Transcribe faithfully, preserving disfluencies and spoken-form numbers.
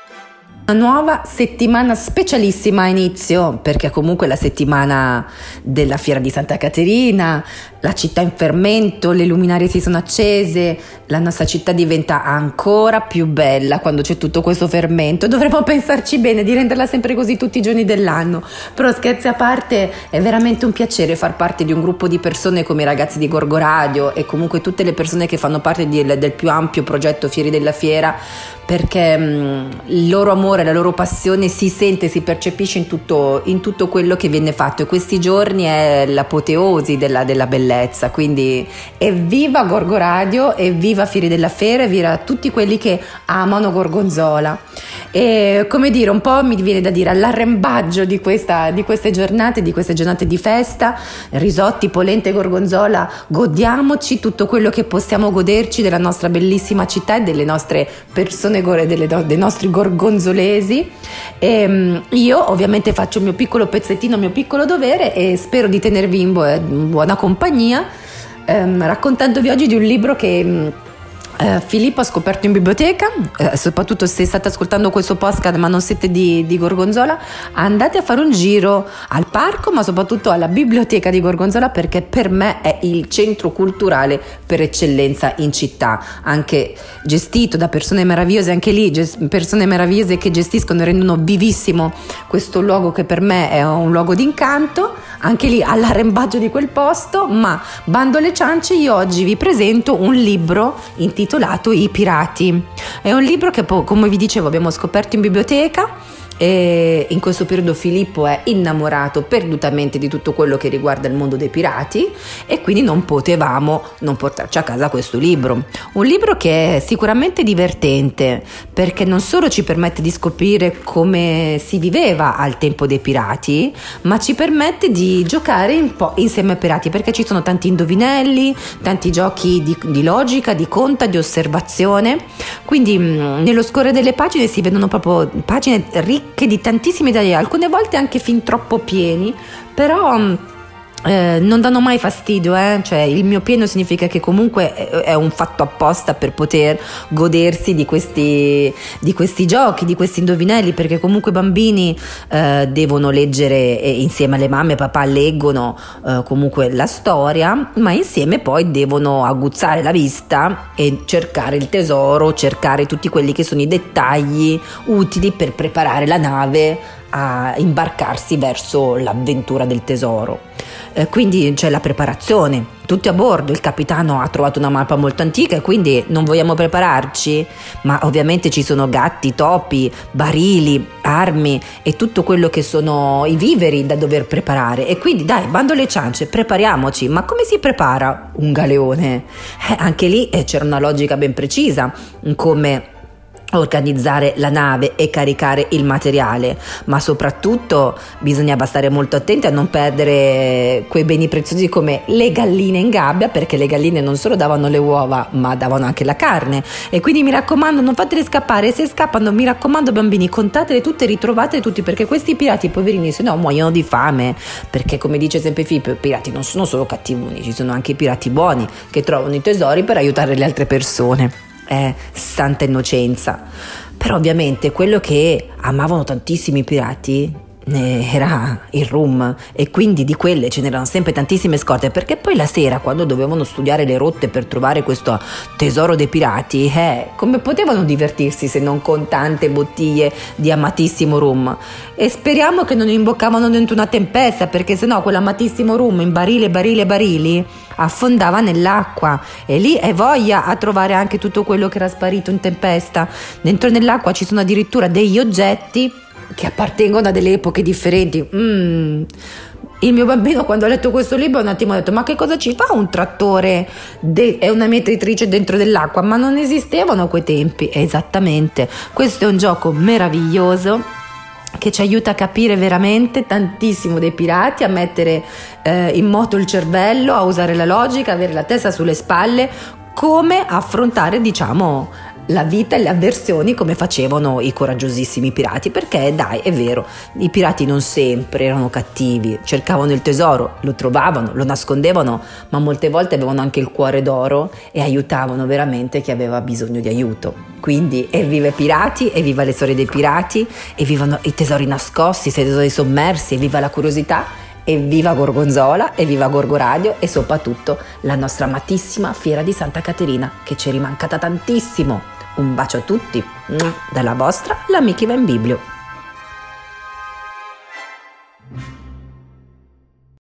Una nuova settimana specialissima a inizio, perché comunque la settimana della Fiera di Santa Caterina, la città in fermento, le luminarie si sono accese, la nostra città diventa ancora più bella quando c'è tutto questo fermento. Dovremmo pensarci bene di renderla sempre così tutti i giorni dell'anno. Però scherzi a parte, è veramente un piacere far parte di un gruppo di persone come i ragazzi di Gorgo Radio e comunque tutte le persone che fanno parte di, del più ampio progetto Fieri della Fiera, perché mh, il loro amore, la loro passione si sente, si percepisce in tutto, in tutto quello che viene fatto, e questi giorni è l'apoteosi della, della bellezza. Quindi evviva Gorgo Radio, evviva Fieri della Fiera, evviva tutti quelli che amano Gorgonzola. E come dire, un po' mi viene da dire all'arrembaggio di, questa, di queste giornate, di queste giornate di festa, risotti, polente e gorgonzola, godiamoci tutto quello che possiamo goderci della nostra bellissima città e delle nostre persone, delle, dei nostri gorgonzolesi. E io ovviamente faccio il mio piccolo pezzettino, il mio piccolo dovere, e spero di tenervi in, bu- in buona compagnia, ehm, raccontandovi oggi di un libro che Uh, Filippo ha scoperto in biblioteca. Uh, soprattutto se state ascoltando questo podcast ma non siete di, di Gorgonzola, andate a fare un giro al parco, ma soprattutto alla biblioteca di Gorgonzola, perché per me è il centro culturale per eccellenza in città, anche gestito da persone meravigliose, anche lì gest- persone meravigliose che gestiscono e rendono vivissimo questo luogo che per me è un luogo d'incanto, anche lì all'arrembaggio di quel posto. Ma bando alle ciance, io oggi vi presento un libro intitolato intitolato I Pirati. È un libro che, come vi dicevo, abbiamo scoperto in biblioteca, e in questo periodo Filippo è innamorato perdutamente di tutto quello che riguarda il mondo dei pirati, e quindi non potevamo non portarci a casa questo libro. Un libro che è sicuramente divertente, perché non solo ci permette di scoprire come si viveva al tempo dei pirati, ma ci permette di giocare un po' insieme ai pirati, perché ci sono tanti indovinelli, tanti giochi di, di logica, di conta, di osservazione. Quindi mh, nello scorrere delle pagine si vedono proprio pagine ricche che di tantissimi dettagli, alcune volte anche fin troppo pieni, però eh, non danno mai fastidio, eh? Cioè il mio pieno significa che comunque è, è un fatto apposta per poter godersi di questi, di questi giochi, di questi indovinelli, perché comunque i bambini eh, devono leggere, eh, insieme alle mamme e papà leggono eh, comunque la storia, ma insieme poi devono aguzzare la vista e cercare il tesoro, cercare tutti quelli che sono i dettagli utili per preparare la nave a imbarcarsi verso l'avventura del tesoro. Eh, quindi c'è la preparazione, tutti a bordo. Il capitano ha trovato una mappa molto antica e quindi non vogliamo prepararci, ma ovviamente ci sono gatti, topi, barili, armi e tutto quello che sono i viveri da dover preparare, e quindi dai, bando alle ciance, prepariamoci. Ma come si prepara un galeone? Eh, anche lì eh, c'era una logica ben precisa in come organizzare la nave e caricare il materiale, ma soprattutto bisognava stare molto attenti a non perdere quei beni preziosi come le galline in gabbia, perché le galline non solo davano le uova ma davano anche la carne. E quindi mi raccomando, non fatele scappare. Se scappano, mi raccomando bambini, contatele tutte, ritrovatele tutti, perché questi pirati poverini se no muoiono di fame, perché come dice sempre Filippo, i pirati non sono solo cattivoni, ci sono anche i pirati buoni che trovano i tesori per aiutare le altre persone. È santa innocenza. Però ovviamente quello che amavano tantissimi pirati era il rum, e quindi di quelle ce n'erano sempre tantissime scorte, perché poi la sera, quando dovevano studiare le rotte per trovare questo tesoro dei pirati, eh, come potevano divertirsi se non con tante bottiglie di amatissimo rum? E speriamo che non imboccavano dentro una tempesta, perché sennò quell'amatissimo rum in barile, barile, barili affondava nell'acqua, e lì è voglia a trovare anche tutto quello che era sparito in tempesta. Dentro nell'acqua ci sono addirittura degli oggetti che appartengono a delle epoche differenti. Mm. Il mio bambino, quando ha letto questo libro, un attimo ha detto: ma che cosa ci fa un trattore de- e una mietritrice dentro dell'acqua? Ma non esistevano a quei tempi. Esattamente, questo è un gioco meraviglioso che ci aiuta a capire veramente tantissimo dei pirati, a mettere eh, in moto il cervello, a usare la logica, avere la testa sulle spalle, come affrontare, diciamo, la vita e le avversioni come facevano i coraggiosissimi pirati, perché dai, è vero, i pirati non sempre erano cattivi, cercavano il tesoro, lo trovavano, lo nascondevano, ma molte volte avevano anche il cuore d'oro e aiutavano veramente chi aveva bisogno di aiuto. Quindi evviva i pirati, evviva le storie dei pirati, evviva i tesori nascosti, i tesori sommersi, evviva la curiosità, evviva Gorgonzola, evviva Gorgo Radio e soprattutto la nostra amatissima Fiera di Santa Caterina, che ci è rimancata tantissimo. Un bacio a tutti, dalla vostra l'amica Iva in Biblio.